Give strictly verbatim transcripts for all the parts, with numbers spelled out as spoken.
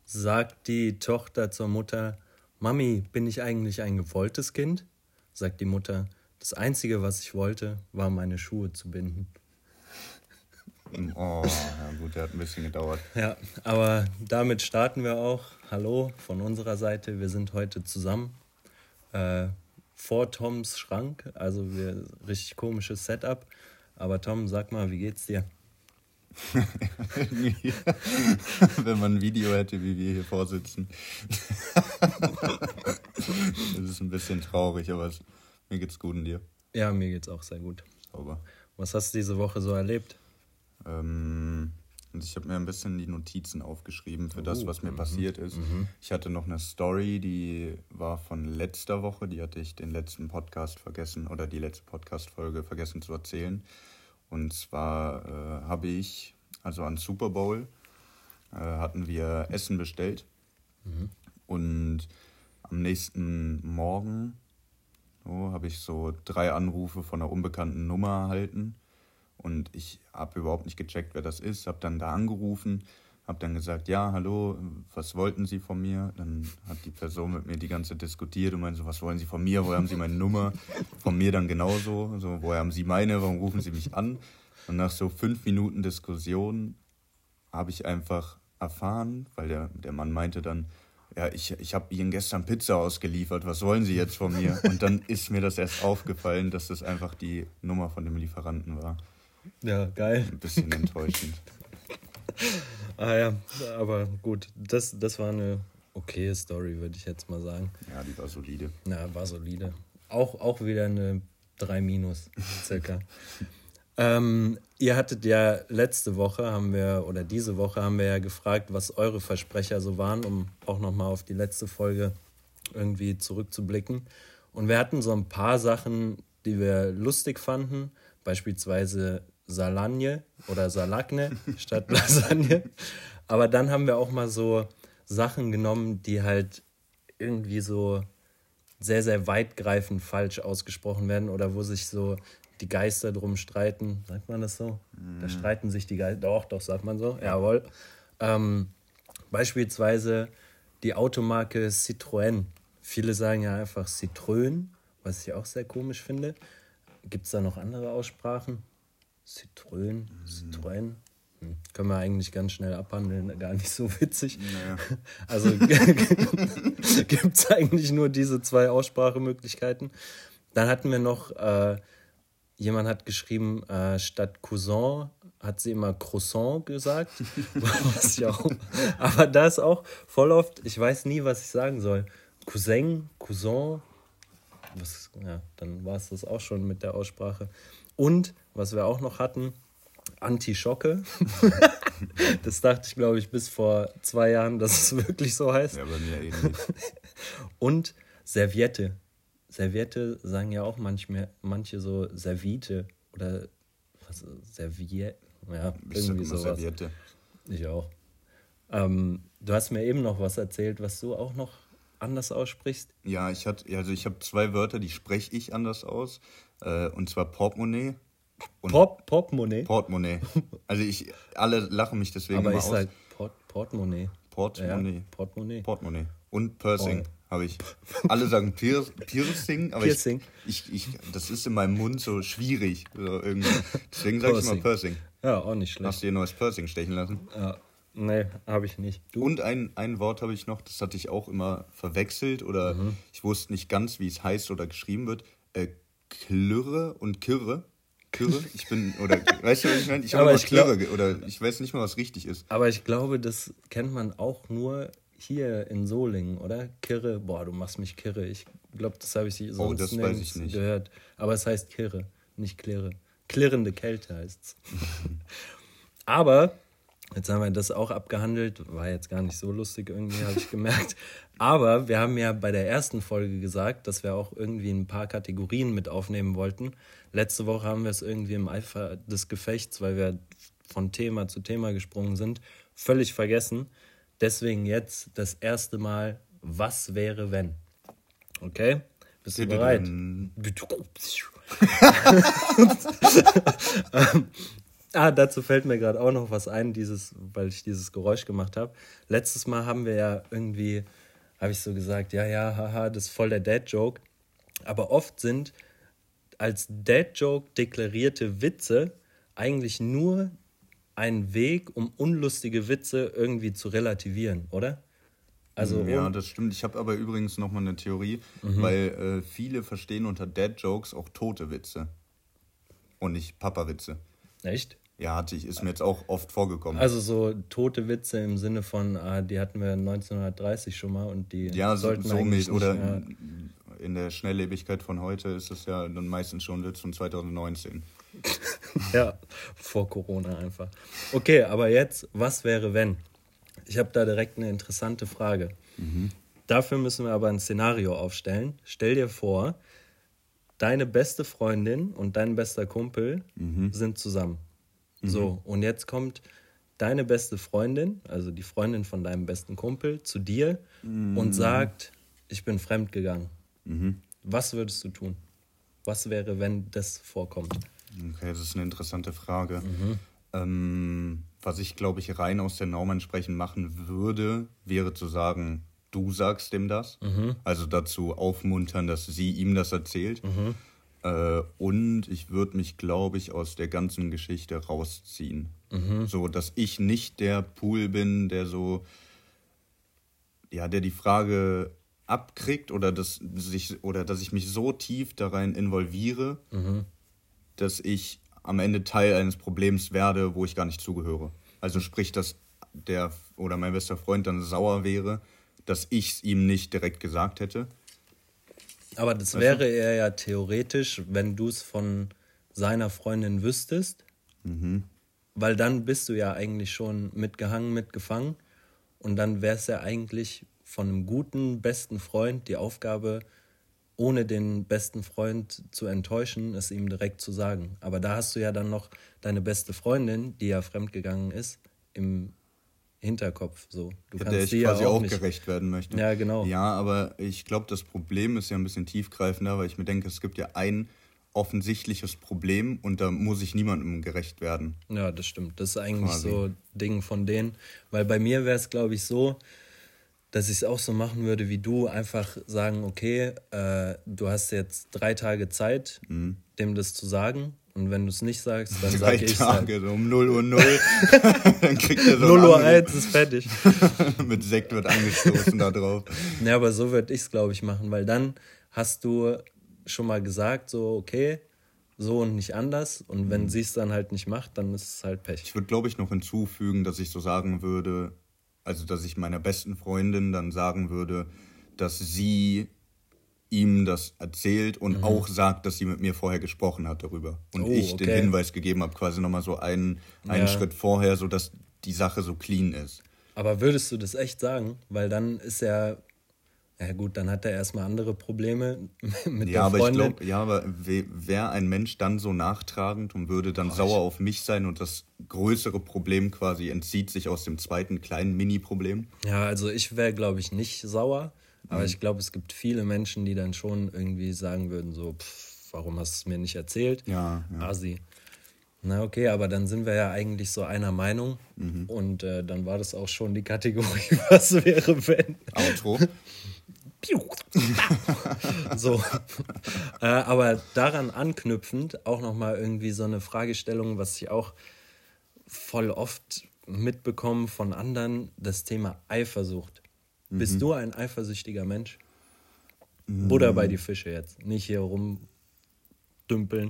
Sagt die Tochter zur Mutter: Mami, bin ich eigentlich ein gewolltes Kind? Sagt die Mutter: Das Einzige, was ich wollte, war meine Schuhe zu binden. Oh, ja gut, der hat ein bisschen gedauert. Ja, aber damit starten wir auch. Hallo von unserer Seite, wir sind heute zusammen äh, vor Toms Schrank, also wir richtig komisches Setup. Aber Tom, sag mal, wie geht's dir? Wenn man ein Video hätte, wie wir hier vorsitzen. Das ist ein bisschen traurig, aber es, mir geht's gut und dir? Ja, mir geht's auch sehr gut. Sauber. Was hast du diese Woche so erlebt? Ähm, ich habe mir ein bisschen die Notizen aufgeschrieben für das, was mir mhm. passiert ist. Mhm. Ich hatte noch eine Story, die war von letzter Woche, die hatte ich den letzten Podcast vergessen oder die letzte Podcast-Folge vergessen zu erzählen. Und zwar äh, habe ich, also an Super Bowl, äh, hatten wir Essen bestellt. Mhm. Und am nächsten Morgen so, habe ich so drei Anrufe von einer unbekannten Nummer erhalten. Und ich habe überhaupt nicht gecheckt, wer das ist. Habe dann da angerufen, habe dann gesagt, ja, hallo, was wollten Sie von mir? Dann hat die Person mit mir die ganze Zeit diskutiert und meinte so, was wollen Sie von mir? Woher haben Sie meine Nummer? Von mir dann genauso. So, woher haben Sie meine? Warum rufen Sie mich an? Und nach so fünf Minuten Diskussion habe ich einfach erfahren, weil der, der Mann meinte dann, ja, ich, ich habe Ihnen gestern Pizza ausgeliefert, was wollen Sie jetzt von mir? Und dann ist mir das erst aufgefallen, dass das einfach die Nummer von dem Lieferanten war. Ja, geil. Ein bisschen enttäuschend. Ah ja, aber gut, das, das war eine okaye Story, würde ich jetzt mal sagen. Ja, die war solide. Ja, war solide. Auch, auch wieder eine drei minus, circa. ähm, ihr hattet ja letzte Woche, haben wir, oder diese Woche haben wir ja gefragt, was eure Versprecher so waren, um auch nochmal auf die letzte Folge irgendwie zurückzublicken. Und wir hatten so ein paar Sachen, die wir lustig fanden, beispielsweise Salagne oder Salagne statt Lasagne. Aber dann haben wir auch mal so Sachen genommen, die halt irgendwie so sehr, sehr weitgreifend falsch ausgesprochen werden oder wo sich so die Geister drum streiten. Sagt man das so? Mm. Da streiten sich die Geister. Doch, doch, sagt man so. Jawohl. Ähm, beispielsweise die Automarke Citroën. Viele sagen ja einfach Citroën, was ich auch sehr komisch finde. Gibt es da noch andere Aussprachen? Citroën, Citroën. Hm. Können wir eigentlich ganz schnell abhandeln, gar nicht so witzig. Naja. Also gibt es eigentlich nur diese zwei Aussprachemöglichkeiten. Dann hatten wir noch, äh, jemand hat geschrieben, äh, statt Cousin hat sie immer Croissant gesagt. Was ich auch, aber da ist auch voll oft, ich weiß nie, was ich sagen soll. Cousin, Cousin, was, ja, dann war es das auch schon mit der Aussprache. Und, was wir auch noch hatten, Antischocke. Das dachte ich, glaube ich, bis vor zwei Jahren, dass es wirklich so heißt. Ja, bei mir eben nicht. Und Serviette. Serviette sagen ja auch manchmal, manche so Serviette oder was, Serviette. Ja, ich irgendwie sag immer sowas. Serviette. Ich auch. Ähm, du hast mir eben noch was erzählt, was du auch noch anders aussprichst. Ja, ich hatte, also ich habe zwei Wörter, die spreche ich anders aus. Äh, und zwar Portemonnaie. Und Pop, Portemonnaie? Portemonnaie. Also ich, alle lachen mich deswegen aber immer ich aus. sag Port, Portemonnaie. Portemonnaie. Ja, Portemonnaie. Portemonnaie. Und Piercing Oh. habe ich. Alle sagen Pier, Piercing, aber Piercing. Ich, ich, ich, das ist in meinem Mund so schwierig. So irgendwie. Deswegen sage ich immer Piercing. Ja, auch nicht schlecht. Hast du dir ein neues Piercing stechen lassen? Ja. Nee, habe ich nicht. Du? Und ein, ein Wort habe ich noch, das hatte ich auch immer verwechselt oder mhm. ich wusste nicht ganz, wie es heißt oder geschrieben wird. Äh, Klirre und Kirre. Kirre? Ich bin, oder, weißt du, was ich meine? Ich habe immer Klirre, glaub, oder ich weiß nicht mal, was richtig ist. Aber ich glaube, das kennt man auch nur hier in Solingen, oder? Kirre, boah, du machst mich kirre. Ich glaube, das habe ich sonst oh, das weiß ich nicht. gehört. Aber es heißt Kirre, nicht Klirre. Klirrende Kälte heißt es. Aber jetzt haben wir das auch abgehandelt, war jetzt gar nicht so lustig irgendwie, habe ich gemerkt. Aber wir haben ja bei der ersten Folge gesagt, dass wir auch irgendwie ein paar Kategorien mit aufnehmen wollten. Letzte Woche haben wir es irgendwie im Eifer des Gefechts, weil wir von Thema zu Thema gesprungen sind, völlig vergessen. Deswegen jetzt das erste Mal, was wäre wenn? Okay? Bist du bereit? Ah, dazu fällt mir gerade auch noch was ein, dieses, weil ich dieses Geräusch gemacht habe. Letztes Mal haben wir ja irgendwie, habe ich so gesagt, ja, ja, haha, das ist voll der Dad-Joke. Aber oft sind als Dad-Joke deklarierte Witze eigentlich nur ein Weg, um unlustige Witze irgendwie zu relativieren, oder? Also, ja, das stimmt. Ich habe aber übrigens nochmal eine Theorie, mhm. weil äh, viele verstehen unter Dad-Jokes auch tote Witze und nicht Papa-Witze. Echt? Ja, hatte ich, ist mir jetzt auch oft vorgekommen. Also so tote Witze im Sinne von, ah, die hatten wir neunzehnhundertdreißig schon mal und die ja, sollten so eigentlich mit, oder nicht, ja. In der Schnelllebigkeit von heute ist es ja dann meistens schon Witz von zwanzig neunzehn. Ja, vor Corona einfach. Okay, aber jetzt, was wäre, wenn? Ich habe da direkt eine interessante Frage. Mhm. Dafür müssen wir aber ein Szenario aufstellen. Stell dir vor, deine beste Freundin und dein bester Kumpel mhm. sind zusammen. Mhm. So, und jetzt kommt deine beste Freundin, also die Freundin von deinem besten Kumpel, zu dir mhm. und sagt, ich bin fremdgegangen. Mhm. Was würdest du tun? Was wäre, wenn das vorkommt? Okay, das ist eine interessante Frage. Mhm. Ähm, was ich, glaube ich, rein aus der Norm entsprechend machen würde, wäre zu sagen, du sagst ihm das. Mhm. Also dazu aufmuntern, dass sie ihm das erzählt. Mhm. Äh, und ich würde mich, glaube ich, aus der ganzen Geschichte rausziehen. Mhm. So, dass ich nicht der Pool bin, der so, ja, der die Frage abkriegt oder dass, sich, oder dass ich mich so tief da rein involviere, mhm. dass ich am Ende Teil eines Problems werde, wo ich gar nicht zugehöre. Also sprich, dass der oder mein bester Freund dann sauer wäre, dass ich es ihm nicht direkt gesagt hätte. Aber das weißt wäre du? Er ja theoretisch, wenn du es von seiner Freundin wüsstest, mhm. weil dann bist du ja eigentlich schon mitgehangen, mitgefangen und dann wäre es ja eigentlich von einem guten, besten Freund die Aufgabe, ohne den besten Freund zu enttäuschen, es ihm direkt zu sagen. Aber da hast du ja dann noch deine beste Freundin, die ja fremdgegangen ist, im Hinterkopf. So. Du ja, kannst der ich die quasi ja auch, auch nicht gerecht werden möchte. Ja, genau. Ja, aber ich glaube, das Problem ist ja ein bisschen tiefgreifender, weil ich mir denke, es gibt ja ein offensichtliches Problem und da muss ich niemandem gerecht werden. Ja, das stimmt. Das ist eigentlich quasi so ein Ding von denen. Weil bei mir wäre es, glaube ich, so, dass ich es auch so machen würde wie du, einfach sagen, okay, äh, du hast jetzt drei Tage Zeit, mhm. dem das zu sagen. Und wenn du es nicht sagst, dann sage ich es halt. Drei Tage, so um null Uhr null. Dann kriegt er so null Uhr eins ist fertig. Mit Sekt wird angestoßen da drauf. Ja, aber so würde ich es, glaube ich, machen. Weil dann hast du schon mal gesagt, so, okay, so und nicht anders. Und wenn mhm. sie es dann halt nicht macht, dann ist es halt Pech. Ich würde, glaube ich, noch hinzufügen, dass ich so sagen würde, also dass ich meiner besten Freundin dann sagen würde, dass sie ihm das erzählt und mhm. auch sagt, dass sie mit mir vorher gesprochen hat darüber. Und oh, ich okay. den Hinweis gegeben habe, quasi nochmal so einen, einen ja. Schritt vorher, sodass die Sache so clean ist. Aber würdest du das echt sagen? Weil dann ist ja, ja gut, dann hat er erstmal andere Probleme mit ja, der Freundin. Aber ich glaub, ja, aber wäre ein Mensch dann so nachtragend und würde dann oh, sauer auf mich sein und das größere Problem quasi entzieht sich aus dem zweiten kleinen Mini-Problem? Ja, also ich wäre, glaube ich, nicht sauer. Aber mhm. ich glaube, es gibt viele Menschen, die dann schon irgendwie sagen würden, so, pff, warum hast du es mir nicht erzählt? Ja, ja. Asi. Na okay, aber dann sind wir ja eigentlich so einer Meinung. Mhm. Und äh, dann war das auch schon die Kategorie, was wäre, wenn. Outro. So. äh, aber daran anknüpfend auch nochmal irgendwie so eine Fragestellung, was ich auch voll oft mitbekomme von anderen, das Thema Eifersucht. Mhm. Bist du ein eifersüchtiger Mensch? Mhm. Butter bei die Fische jetzt. Nicht hier rumdümpeln.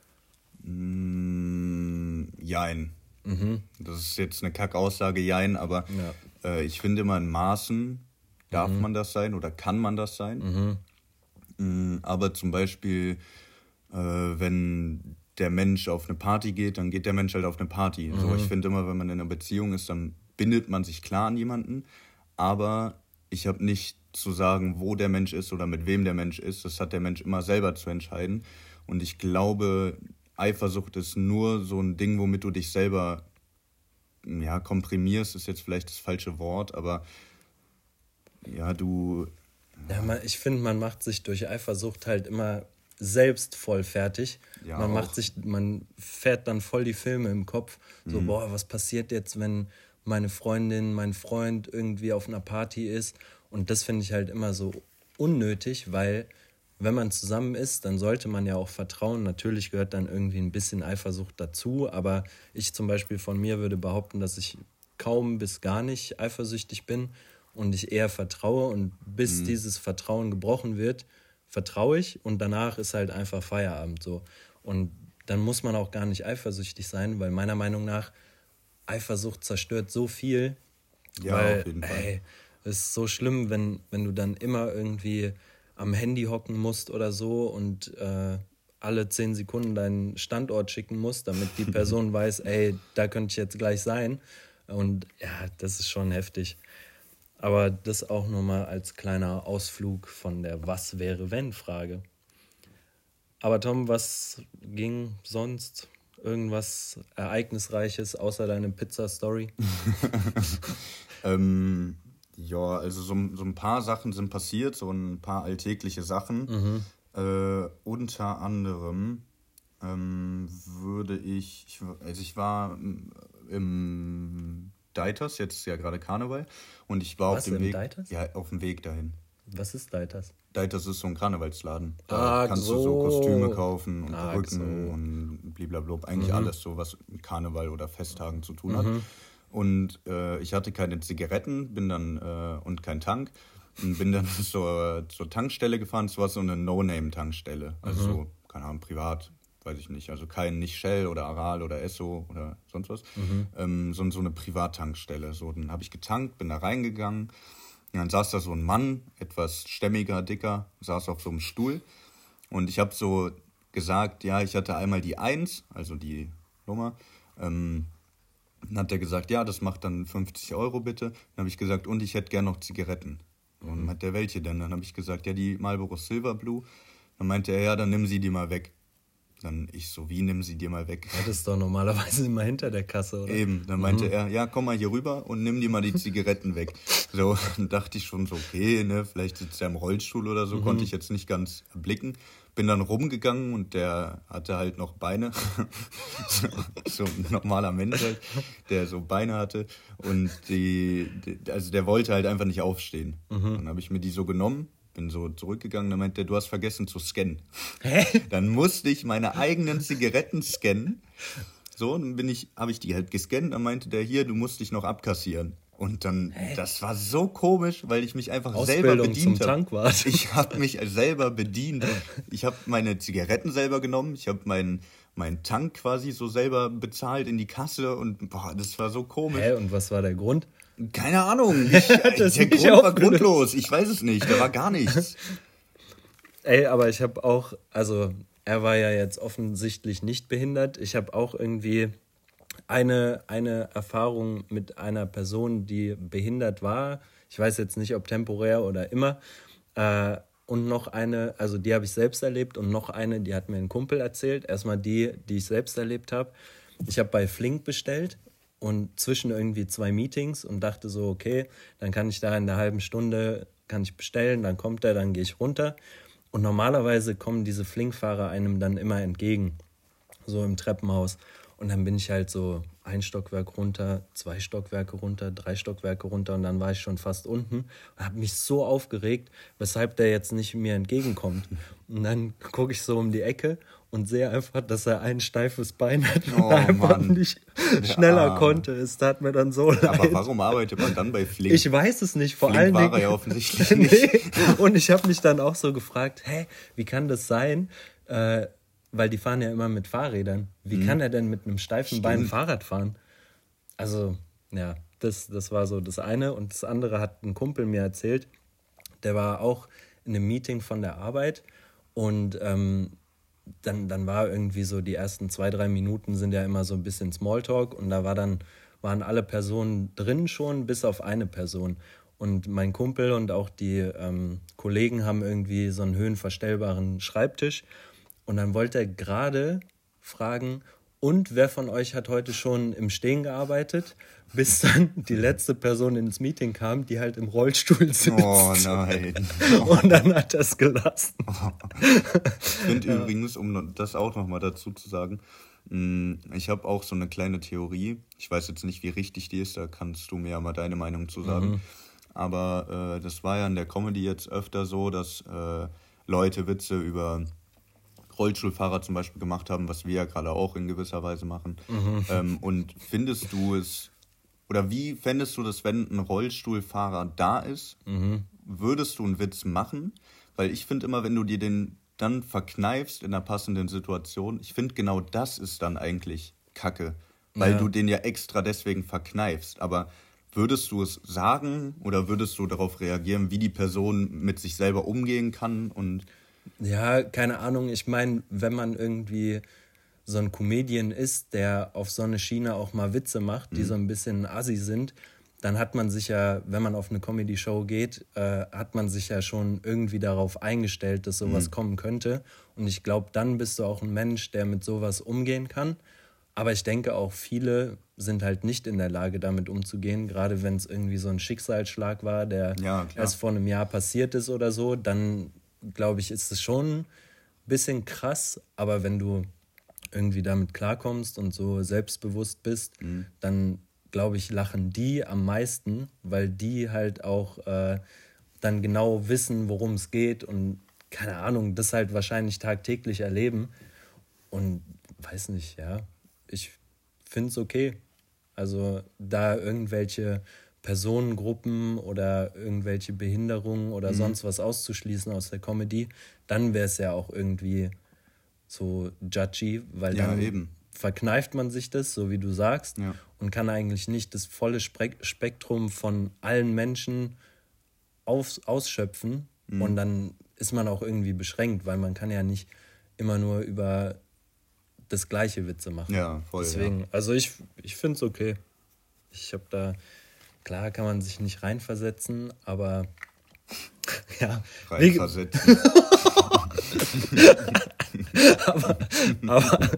Mhm. Jein. Mhm. Das ist jetzt eine Kackaussage, jein, aber ja. äh, ich finde immer in Maßen darf mhm. man das sein oder kann man das sein. Mhm. Mhm. Aber zum Beispiel, äh, wenn der Mensch auf eine Party geht, dann geht der Mensch halt auf eine Party. Mhm. So, ich finde immer, wenn man in einer Beziehung ist, dann bindet man sich klar an jemanden. Aber ich habe nicht zu sagen, wo der Mensch ist oder mit wem der Mensch ist. Das hat der Mensch immer selber zu entscheiden. Und ich glaube, Eifersucht ist nur so ein Ding, womit du dich selber ja, komprimierst, ist jetzt vielleicht das falsche Wort, aber ja, du... Ja, man, ich finde, man macht sich durch Eifersucht halt immer selbst voll fertig. Ja, man auch. macht sich, man fährt dann voll die Filme im Kopf. So, Mhm. boah, was passiert jetzt, wenn meine Freundin, mein Freund irgendwie auf einer Party ist? Und das finde ich halt immer so unnötig, weil wenn man zusammen ist, dann sollte man ja auch vertrauen. Natürlich gehört dann irgendwie ein bisschen Eifersucht dazu, aber ich zum Beispiel von mir würde behaupten, dass ich kaum bis gar nicht eifersüchtig bin und ich eher vertraue, und bis Mhm. dieses Vertrauen gebrochen wird, vertraue ich, und danach ist halt einfach Feierabend so. Und dann muss man auch gar nicht eifersüchtig sein, weil meiner Meinung nach Eifersucht zerstört so viel, Ja, weil auf jeden Fall. ey, es ist so schlimm, wenn, wenn du dann immer irgendwie am Handy hocken musst oder so und äh, alle zehn Sekunden deinen Standort schicken musst, damit die Person weiß, ey, da könnte ich jetzt gleich sein. Und ja, das ist schon heftig. Aber das auch nochmal als kleiner Ausflug von der Was-wäre-wenn-Frage. Aber Tom, was ging sonst? Irgendwas Ereignisreiches außer deine Pizza-Story? Ähm, ja, also so, so ein paar Sachen sind passiert, so ein paar alltägliche Sachen. Mhm. Äh, unter anderem ähm, würde ich, ich, also ich war im Deiters, jetzt ist ja gerade Karneval, und ich war Was, auf dem im Weg, Deiters? ja, auf dem Weg dahin. Was ist Deiters? Deiters ist so ein Karnevalsladen. Da Ah, kannst so. du so Kostüme kaufen und Ah, Perücken so. und blablabla. Eigentlich Mhm. alles so, was mit Karneval oder Festtagen zu tun hat. Mhm. Und äh, ich hatte keine Zigaretten, bin dann äh, und kein Tank und bin dann zur, zur Tankstelle gefahren. Es war so eine No-Name-Tankstelle, also Mhm. so, keine Ahnung, privat, weiß ich nicht. Also kein, nicht Shell oder Aral oder Esso oder sonst was, Mhm. ähm, sondern so eine Privattankstelle. So, dann habe ich getankt, bin da reingegangen. Und dann saß da so ein Mann, etwas stämmiger, dicker, saß auf so einem Stuhl. Und ich habe so gesagt, ja, ich hatte einmal die eins, also die Nummer. Ähm, dann hat er gesagt, ja, das macht dann fünfzig Euro bitte. Dann habe ich gesagt, und ich hätte gern noch Zigaretten. Und dann hat der, welche denn? Dann habe ich gesagt, ja, die Marlboro Silver Blue. Dann meinte er, ja, dann nimm sie die mal weg. Dann ich so, wie, nimm sie dir mal weg? Ja, das ist doch normalerweise immer hinter der Kasse, oder? Eben, dann meinte Mhm. er, ja, komm mal hier rüber und nimm dir mal die Zigaretten weg. So, dann dachte ich schon so, okay, ne, vielleicht sitzt er im Rollstuhl oder so, Mhm. konnte ich jetzt nicht ganz erblicken. Bin dann rumgegangen und der hatte halt noch Beine, so, so ein normaler Mensch halt, der so Beine hatte, und die, die also der wollte halt einfach nicht aufstehen. Mhm. Dann habe ich mir die so genommen, bin so zurückgegangen, dann meinte der, du hast vergessen zu scannen. Hä? Dann musste ich meine eigenen Zigaretten scannen. So, dann bin ich, habe ich die halt gescannt, dann meinte der, hier, du musst dich noch abkassieren. Und dann, das war so komisch, weil ich mich einfach selber Ausbildung bedient zum habe. Tankwart. Ich habe mich selber bedient. Ich habe meine Zigaretten selber genommen, ich habe meinen meinen Tank quasi so selber bezahlt in die Kasse, und boah, das war so komisch. Hä, und was war der Grund? Keine Ahnung, ich, Das der mich Grund auch war blöd. grundlos, ich weiß es nicht, da war gar nichts. Ey, aber ich habe auch, also er war ja jetzt offensichtlich nicht behindert. Ich habe auch irgendwie eine, eine Erfahrung mit einer Person, die behindert war. Ich weiß jetzt nicht, ob temporär oder immer. Äh, und noch eine, also die habe ich selbst erlebt, und noch eine, die hat mir ein Kumpel erzählt. Erstmal die, die ich selbst erlebt habe. Ich habe bei Flink bestellt und zwischen irgendwie zwei Meetings und dachte so, okay, dann kann ich da in einer halben Stunde, kann ich bestellen, dann kommt er, dann gehe ich runter. Und normalerweise kommen diese Flink-Fahrer einem dann immer entgegen, so im Treppenhaus. Und dann bin ich halt so ein Stockwerk runter, zwei Stockwerke runter, drei Stockwerke runter, und dann war ich schon fast unten und habe mich so aufgeregt, weshalb der jetzt nicht mir entgegenkommt. Und dann gucke ich so um die Ecke und sehe einfach, dass er ein steifes Bein hat und Oh, einfach Mann. nicht Der schneller Arme. konnte. Es tat mir dann so leid. Aber warum arbeitet man dann bei Flink? Ich weiß es nicht, vor Flink allen war Dingen. er ja offensichtlich nicht. Nee. Und ich habe mich dann auch so gefragt, hä, wie kann das sein? Äh, weil die fahren ja immer mit Fahrrädern. Wie Mhm. kann er denn mit einem steifen Bein Stimmt. Fahrrad fahren? Also, ja, das, das war so das eine. Und das andere hat ein Kumpel mir erzählt, der war auch in einem Meeting von der Arbeit, und ähm, dann, dann war irgendwie so, die ersten zwei, drei Minuten sind ja immer so ein bisschen Smalltalk, und da war dann, waren alle Personen drin schon, bis auf eine Person. Und mein Kumpel und auch die ähm, Kollegen haben irgendwie so einen höhenverstellbaren Schreibtisch, und dann wollte er gerade fragen, und wer von euch hat heute schon im Stehen gearbeitet? bis dann die letzte Person ins Meeting kam, die halt im Rollstuhl sitzt. Oh nein. Und dann hat er es gelassen. Ich finde ja. übrigens, um das auch nochmal dazu zu sagen, ich habe auch so eine kleine Theorie. Ich weiß jetzt nicht, wie richtig die ist, da kannst du mir ja mal deine Meinung zu sagen. Mhm. Aber äh, das war ja in der Comedy jetzt öfter so, dass äh, Leute Witze über Rollstuhlfahrer zum Beispiel gemacht haben, was wir ja gerade auch in gewisser Weise machen. Mhm. Ähm, und findest du es, oder wie fändest du das, wenn ein Rollstuhlfahrer da ist? Mhm. Würdest du einen Witz machen? Weil ich finde immer, wenn du dir den dann verkneifst in einer passenden Situation, ich finde genau das ist dann eigentlich Kacke. Weil ja. du den ja extra deswegen verkneifst. Aber würdest du es sagen oder würdest du darauf reagieren, wie die Person mit sich selber umgehen kann? Und ja, keine Ahnung. Ich meine, wenn man irgendwie so ein Comedian ist, der auf so eine Schiene auch mal Witze macht, die mhm. so ein bisschen assi sind, dann hat man sich ja, wenn man auf eine Comedy-Show geht, äh, hat man sich ja schon irgendwie darauf eingestellt, dass sowas mhm. kommen könnte. Und ich glaube, dann bist du auch ein Mensch, der mit sowas umgehen kann. Aber ich denke auch, viele sind halt nicht in der Lage, damit umzugehen. Gerade wenn es irgendwie so ein Schicksalsschlag war, der ja, erst vor einem Jahr passiert ist oder so, dann glaube ich, ist es schon ein bisschen krass. Aber wenn du irgendwie damit klarkommst und so selbstbewusst bist, mhm. dann glaube ich, lachen die am meisten, weil die halt auch äh, dann genau wissen, worum es geht und keine Ahnung, das halt wahrscheinlich tagtäglich erleben. Und weiß nicht, ja, ich finde es okay. Also da irgendwelche Personengruppen oder irgendwelche Behinderungen oder mhm. sonst was auszuschließen aus der Comedy, dann wäre es ja auch irgendwie so judgy, weil ja, dann eben. verkneift man sich das, so wie du sagst, ja. und kann eigentlich nicht das volle Spektrum von allen Menschen auf, ausschöpfen mhm. und dann ist man auch irgendwie beschränkt, weil man kann ja nicht immer nur über das gleiche Witze machen. Ja, voll. Deswegen, ja. also ich, ich finde es okay. Ich habe da, klar kann man sich nicht reinversetzen, aber ja. Reinversetzen. aber, aber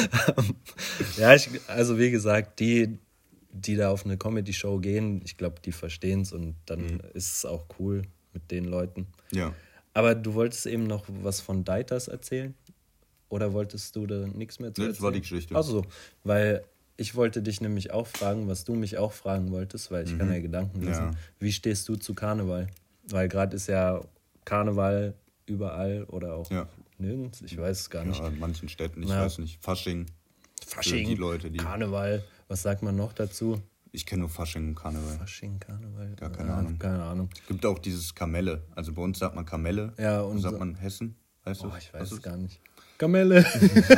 ja, ich, also wie gesagt, die, die da auf eine Comedy-Show gehen, ich glaube, die verstehen es und dann mhm. ist es auch cool mit den Leuten. Ja. Aber du wolltest eben noch was von Deiters erzählen? Oder wolltest du da nichts mehr zu erzählen? Nee, das war die Geschichte. Ach so, weil ich wollte dich nämlich auch fragen, was du mich auch fragen wolltest, weil ich mhm. kann ja Gedanken lesen. Ja. Wie stehst du zu Karneval? Weil gerade ist ja Karneval überall oder auch ja. nirgends, ich weiß es gar nicht. Ja, in manchen Städten, ich ja. weiß nicht. Fasching. Fasching, die Leute, die Karneval, was sagt man noch dazu? Ich kenne nur Fasching und Karneval. Fasching, Karneval. Gar keine ja, Ahnung. Keine Ahnung. Es gibt auch dieses Kamelle. Also bei uns sagt man Kamelle. Ja, und sagt so man Hessen. Weißt du? Oh, ich weiß es gar nicht. Kamelle.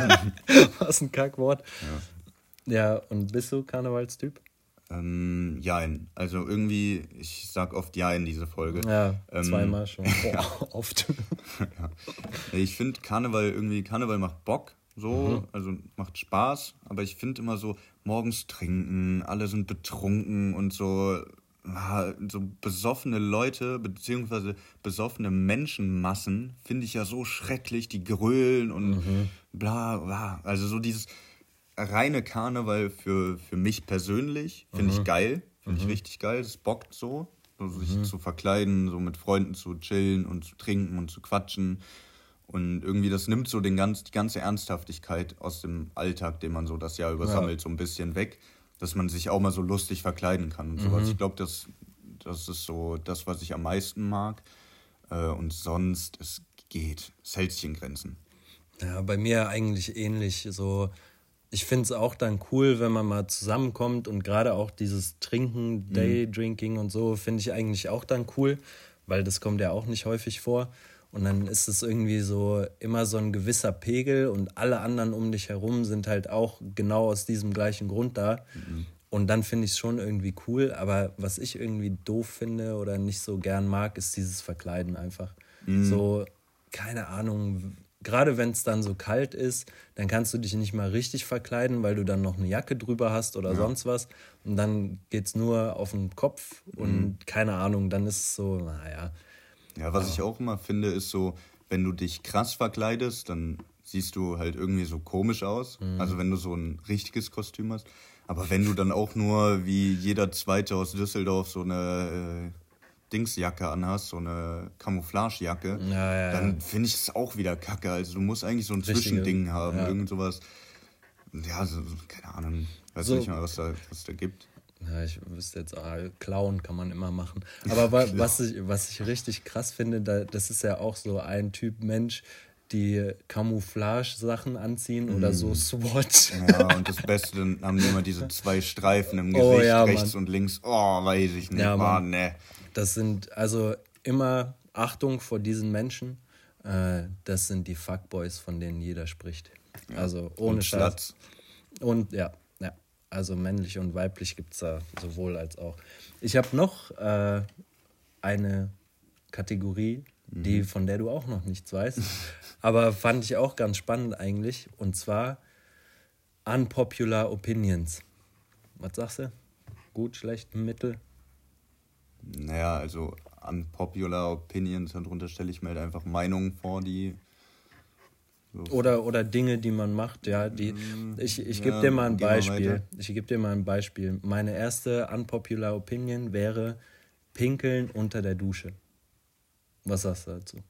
Was ein Kackwort. Ja. ja, und bist du Karnevalstyp? Ähm, jein. Also irgendwie, ich sag oft ja in diese Folge. Ja, ähm, zweimal schon. Boah, ja. oft. ja. Ich finde Karneval irgendwie, Karneval macht Bock. So, mhm. also macht Spaß, aber ich finde immer so, morgens trinken, alle sind betrunken und so, so besoffene Leute, beziehungsweise besoffene Menschenmassen, finde ich ja so schrecklich, die grölen und mhm. bla bla. Also so dieses reine Karneval für, für mich persönlich finde mhm. ich geil, finde mhm. ich richtig geil, das bockt so, so sich mhm. zu verkleiden, so mit Freunden zu chillen und zu trinken und zu quatschen. Und irgendwie, das nimmt so den ganz, die ganze Ernsthaftigkeit aus dem Alltag, den man so das Jahr über ja. sammelt, so ein bisschen weg, dass man sich auch mal so lustig verkleiden kann und sowas. Mhm. Ich glaube, das, das ist so das, was ich am meisten mag. Und sonst, es geht. Es hält sich in Grenzen. Ja, bei mir eigentlich ähnlich. So, ich finde es auch dann cool, wenn man mal zusammenkommt und gerade auch dieses Trinken, Daydrinking mhm. und so, finde ich eigentlich auch dann cool, weil das kommt ja auch nicht häufig vor. Und dann ist es irgendwie so immer so ein gewisser Pegel und alle anderen um dich herum sind halt auch genau aus diesem gleichen Grund da. Mhm. Und dann finde ich es schon irgendwie cool. Aber was ich irgendwie doof finde oder nicht so gern mag, ist dieses Verkleiden einfach. Mhm. So, keine Ahnung, gerade wenn es dann so kalt ist, dann kannst du dich nicht mal richtig verkleiden, weil du dann noch eine Jacke drüber hast oder ja. sonst was. Und dann geht's nur auf den Kopf und mhm. keine Ahnung, dann ist es so, naja. Ja, was ich auch immer finde, ist so, wenn du dich krass verkleidest, dann siehst du halt irgendwie so komisch aus. Mhm. Also wenn du so ein richtiges Kostüm hast. Aber wenn du dann auch nur wie jeder Zweite aus Düsseldorf so eine äh, Dingsjacke anhast, so eine Camouflagejacke, ja, ja, dann finde ich es auch wieder kacke. Also du musst eigentlich so ein Richtige, Zwischending haben, ja. irgend sowas. Ja, so, keine Ahnung, ich weiß so, nicht mal, was da, was da gibt. Ja, ich wüsste jetzt, ah, klauen kann man immer machen. Aber wa- was, ich, was ich richtig krass finde, da, das ist ja auch so ein Typ Mensch, die Camouflage-Sachen anziehen oder so SWAT. Ja, und das Beste, dann haben die immer diese zwei Streifen im Gesicht, oh, ja, rechts Mann. Und links. Oh, weiß ich nicht. Ja, Mann. Oh, ne. Das sind, also immer Achtung vor diesen Menschen. Äh, das sind die Fuckboys, von denen jeder spricht. Ja. Also ohne Scheiß. Und ja, ja, also männlich und weiblich gibt es da sowohl als auch. Ich habe noch äh, eine Kategorie, die, von der du auch noch nichts weißt, aber fand ich auch ganz spannend eigentlich, und zwar Unpopular Opinions. Was sagst du? Gut, schlecht, mittel? Naja, also Unpopular Opinions, darunter stelle ich mir halt einfach Meinungen vor, die... So oder, oder Dinge, die man macht, ja, die... Ich, ich gebe ja, dir mal ein Beispiel. Ich gebe dir mal ein Beispiel. Meine erste Unpopular Opinion wäre Pinkeln unter der Dusche. Was sagst du dazu?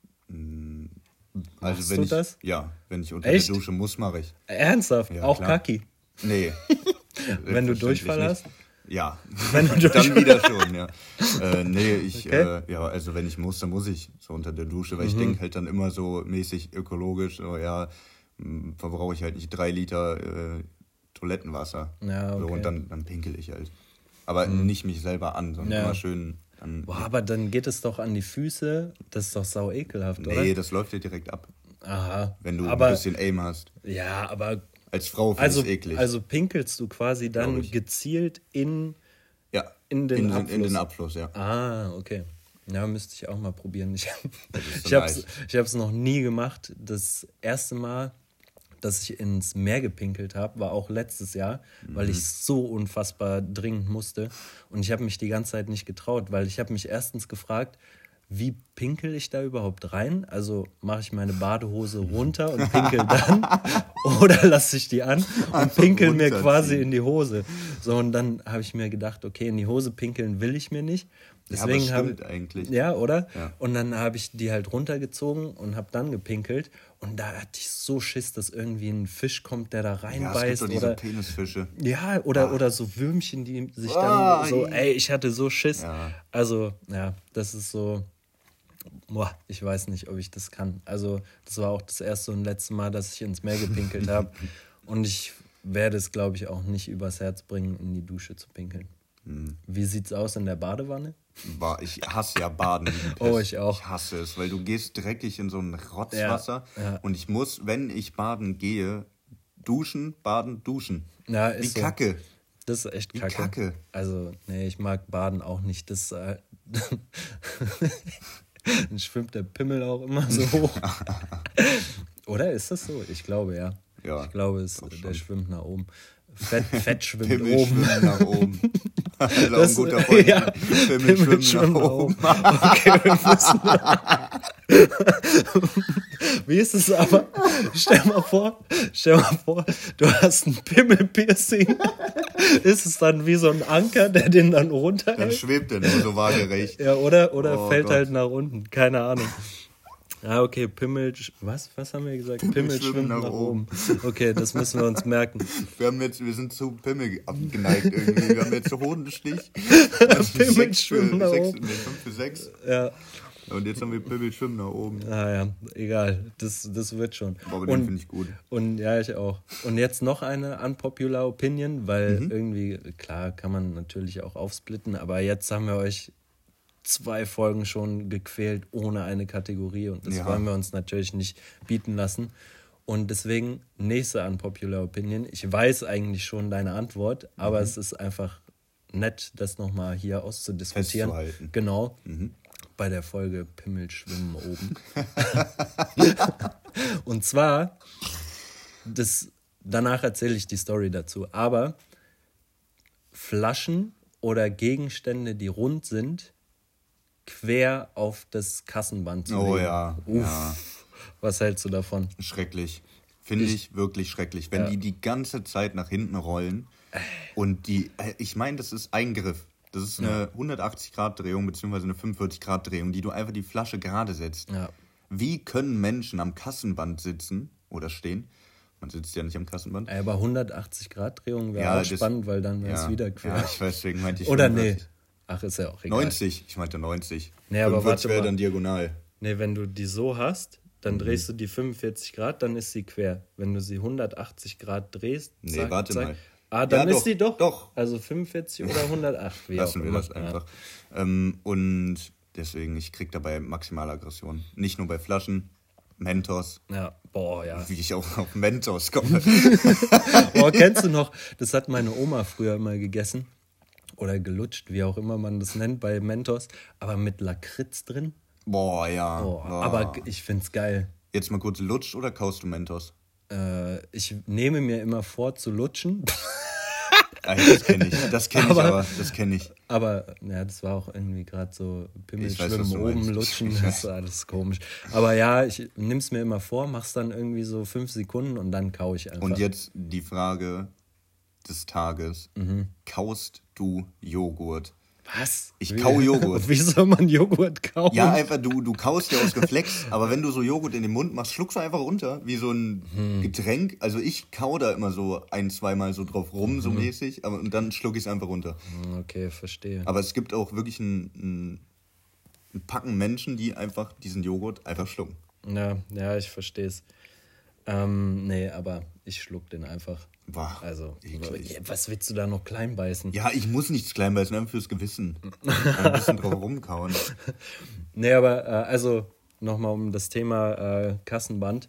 Also Machst wenn du ich, das? Ja, wenn ich unter Echt? der Dusche muss, mache ich. Ernsthaft? Ja, auch klar. Kacki? Nee. Wenn du Durchfall hast? Ja, wenn du Durchfall dann wieder schon, ja. äh, nee, ich, okay. äh, ja, also wenn ich muss, dann muss ich so unter der Dusche, weil mhm. ich denke halt dann immer so mäßig ökologisch, so ja, m, verbrauche ich halt nicht drei Liter äh, Toilettenwasser. Ja, okay. So, und dann, dann pinkel ich halt. Aber mhm. nicht mich selber an, sondern ja. immer schön... Dann, Boah, aber dann geht es doch an die Füße. Das ist doch sau ekelhaft, nee, oder? Nee, das läuft dir direkt ab. Aha. Wenn du aber, ein bisschen Aim hast. Ja, aber... Als Frau finde also, ich es eklig. Also pinkelst du quasi dann gezielt in, ja, in, den in, Abfluss? in den Abfluss, ja. Ah, okay. Ja, müsste ich auch mal probieren. Ich, ich habe es ich hab's noch nie gemacht. Das erste Mal, dass ich ins Meer gepinkelt habe, war auch letztes Jahr, mhm. weil ich so unfassbar dringend musste. Und ich habe mich die ganze Zeit nicht getraut, weil ich habe mich erstens gefragt, wie pinkel ich da überhaupt rein? Also mache ich meine Badehose runter und pinkel dann oder lasse ich die an und pinkel mir quasi in die Hose. So, und dann habe ich mir gedacht, okay, in die Hose pinkeln will ich mir nicht. Deswegen ja, aber stimmt hab, eigentlich. Ja, oder? Ja. Und dann habe ich die halt runtergezogen und habe dann gepinkelt. Und da hatte ich so Schiss, dass irgendwie ein Fisch kommt, der da reinbeißt. Ja, es gibt doch diese oder Penisfische. Ja, oder, ah. oder so Würmchen, die sich dann oh, so, ey, ich hatte so Schiss. Ja. Also, ja, das ist so, boah, ich weiß nicht, ob ich das kann. Also, das war auch das erste und letzte Mal, dass ich ins Meer gepinkelt habe. Und ich werde es, glaube ich, auch nicht übers Herz bringen, in die Dusche zu pinkeln. Hm. Wie sieht's aus in der Badewanne? Ich hasse ja Baden. Oh, ich auch. Ich hasse es, weil du gehst dreckig in so ein Rotzwasser ja, ja. und ich muss, wenn ich baden gehe, duschen, baden, duschen. Ja, ist Wie so. Kacke. Das ist echt Wie Kacke. Kacke. Also, nee, ich mag Baden auch nicht. Das äh, dann schwimmt der Pimmel auch immer so hoch. Oder ist das so? Ich glaube, ja. ja ich glaube, es, der schwimmt nach oben. Fett, Fett schwimmt Pimmel oben. schwimmt nach oben. Das das, ist ein guter Point. Ja, Pimmel, Pimmel schwimmt, schwimmt nach nach oben. Okay, wir müssen... Wie ist es aber? Stell mal vor, stell mal vor, du hast ein Pimmel-Piercing. Ist es dann wie so ein Anker, der den dann runterhält? Dann schwebt der nur so waagerecht. Ja, oder, oder oh, fällt Gott. halt nach unten. Keine Ahnung. Ah, okay, Pimmel, was, was haben wir gesagt? Pimmel, Pimmel schwimmt, schwimmt nach, nach oben. oben. Okay, das müssen wir uns merken. Wir haben jetzt, wir sind zu Pimmel abgeneigt irgendwie. Wir haben jetzt so Hodenstich. Pimmel schwimmt nach oben. Nee, fünf für sechs. Ja. Und jetzt haben wir Pimmel schwimmen nach oben. Ah ja, egal. Das, das wird schon. Aber den finde ich gut. Und ja, ich auch. Und jetzt noch eine unpopular Opinion, weil Mhm. irgendwie, klar, kann man natürlich auch aufsplitten, aber jetzt haben wir euch zwei Folgen schon gequält ohne eine Kategorie und das Ja. wollen wir uns natürlich nicht bieten lassen. Und deswegen nächste unpopular Opinion. Ich weiß eigentlich schon deine Antwort, aber Mhm. es ist einfach nett, das nochmal hier auszudiskutieren. Festzuhalten. Genau. Mhm. Bei der Folge Pimmel schwimmen oben. Und zwar, das, danach erzähle ich die Story dazu, aber Flaschen oder Gegenstände, die rund sind, quer auf das Kassenband zu legen. Oh ja, Uff, ja. Was hältst du davon? Schrecklich. Finde ich, ich wirklich schrecklich. Wenn ja. die die ganze Zeit nach hinten rollen, Und die, ich meine, das ist Eingriff. Das ist eine ja. hundertachtzig Grad Drehung beziehungsweise eine fünfundvierzig Grad Drehung, die du einfach die Flasche gerade setzt. Ja. Wie können Menschen am Kassenband sitzen oder stehen? Man sitzt ja nicht am Kassenband. Aber hundertachtzig Grad Drehung wäre ja, auch spannend, weil dann wäre es ja, wieder quer. Ja, ich weiß, deswegen meinte ich oder fünfundvierzig. Nee. Ach, ist ja auch egal. neunzig, ich meinte neunzig. Nee, aber warte wäre dann diagonal. Nee, wenn du die so hast, dann mhm. drehst du die fünfundvierzig Grad, dann ist sie quer. Wenn du sie hundertachtzig Grad drehst, nee, zack, warte zack, mal. Ah, dann ja, ist doch, sie doch. Doch. Also fünfundvierzig oder hundertacht. Wie Lassen auch wir immer. das einfach. Ja. Ähm, und deswegen, ich krieg dabei maximale Aggression. Nicht nur bei Flaschen, Mentos. Ja, boah, ja. Wie ich auch auf Mentos komme. Boah, kennst du noch, das hat meine Oma früher immer gegessen. Oder gelutscht, wie auch immer man das nennt bei Mentos. Aber mit Lakritz drin. Boah, ja. Boah, Boah. Aber ich find's geil. Jetzt mal kurz, lutscht oder kaust du Mentos? Äh, ich nehme mir immer vor zu lutschen. Das kenne ich, das kenne ich aber, aber, das kenne ich. Aber, ja, das war auch irgendwie gerade so Pimmelschwimmen, oben lutschen, das ist alles komisch. Aber ja, ich nimm's mir immer vor, mach's dann irgendwie so fünf Sekunden und dann kau ich einfach. Und jetzt die Frage des Tages. Mhm. Kaust du Joghurt? Was? Ich kau Joghurt. Wie soll man Joghurt kauen? Ja, einfach, du, du kaust ja aus Reflex, aber wenn du so Joghurt in den Mund machst, schluckst du einfach runter, wie so ein hm. Getränk. Also ich kau da immer so ein, zweimal so drauf rum, mhm. so mäßig, aber und dann schluck ich es einfach runter. Okay, verstehe. Aber es gibt auch wirklich ein, ein, ein Packen Menschen, die einfach diesen Joghurt einfach schlucken. Ja, ja, ich verstehe es. Ähm, nee, aber ich schluck den einfach. Boah, also, eklig. Was willst du da noch klein beißen? Ja, ich muss nichts klein beißen, einfach fürs Gewissen. Ein bisschen drauf rumkauen. Nee, aber äh, also nochmal um das Thema äh, Kassenband.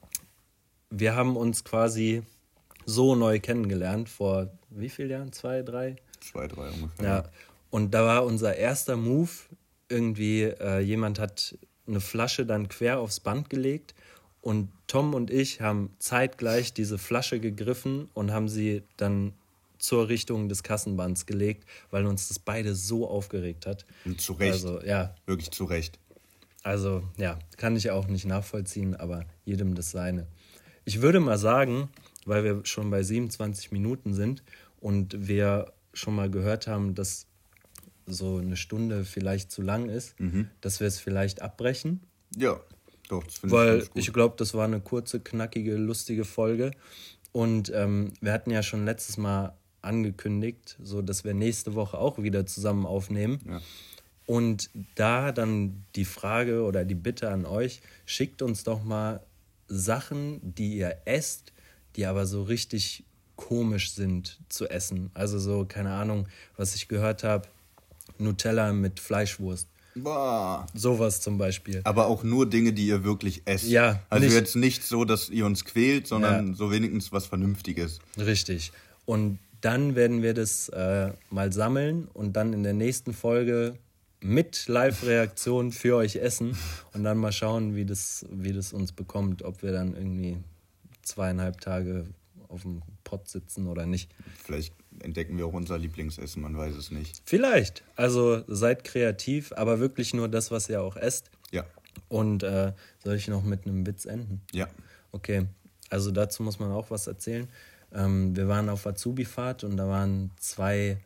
Wir haben uns quasi so neu kennengelernt vor wie vielen Jahren? Zwei, drei? Zwei, drei ungefähr. Ja, und da war unser erster Move irgendwie, äh, jemand hat eine Flasche dann quer aufs Band gelegt. Und Tom und ich haben zeitgleich diese Flasche gegriffen und haben sie dann zur Richtung des Kassenbands gelegt, weil uns das beide so aufgeregt hat. Und zu Recht. Also, ja. Wirklich zu Recht. Also, ja, kann ich auch nicht nachvollziehen, aber jedem das seine. Ich würde mal sagen, weil wir schon bei siebenundzwanzig Minuten sind und wir schon mal gehört haben, dass so eine Stunde vielleicht zu lang ist, mhm. dass wir es vielleicht abbrechen. Ja. Doch, das finde Weil ich, ich glaube, das war eine kurze, knackige, lustige Folge. Und ähm, wir hatten ja schon letztes Mal angekündigt, so dass wir nächste Woche auch wieder zusammen aufnehmen. Ja. Und da dann die Frage oder die Bitte an euch, schickt uns doch mal Sachen, die ihr esst, die aber so richtig komisch sind zu essen. Also so, keine Ahnung, was ich gehört habe, Nutella mit Fleischwurst. Boah. Sowas zum Beispiel. Aber auch nur Dinge, die ihr wirklich esst. Ja, also nicht, jetzt nicht so, dass ihr uns quält, sondern ja. so wenigstens was Vernünftiges. Richtig. Und dann werden wir das äh, mal sammeln und dann in der nächsten Folge mit Live-Reaktion für euch essen und dann mal schauen, wie das, wie das uns bekommt, ob wir dann irgendwie zweieinhalb Tage auf dem Pott sitzen oder nicht. Vielleicht entdecken wir auch unser Lieblingsessen, man weiß es nicht. Vielleicht. Also seid kreativ, aber wirklich nur das, was ihr auch esst. Ja. Und äh, soll ich noch mit einem Witz enden? Ja. Okay, also dazu muss man auch was erzählen. Ähm, wir waren auf Azubi-Fahrt und da waren zwei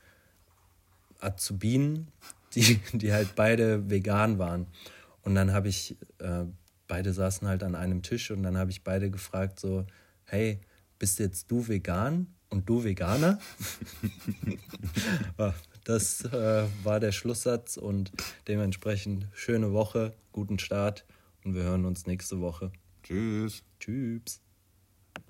Azubinen, die, die halt beide vegan waren. Und dann habe ich, äh, beide saßen halt an einem Tisch und dann habe ich beide gefragt so, hey, bist jetzt du vegan und du Veganer? Das äh, war der Schlusssatz und dementsprechend schöne Woche, guten Start und wir hören uns nächste Woche. Tschüss. Tschüss.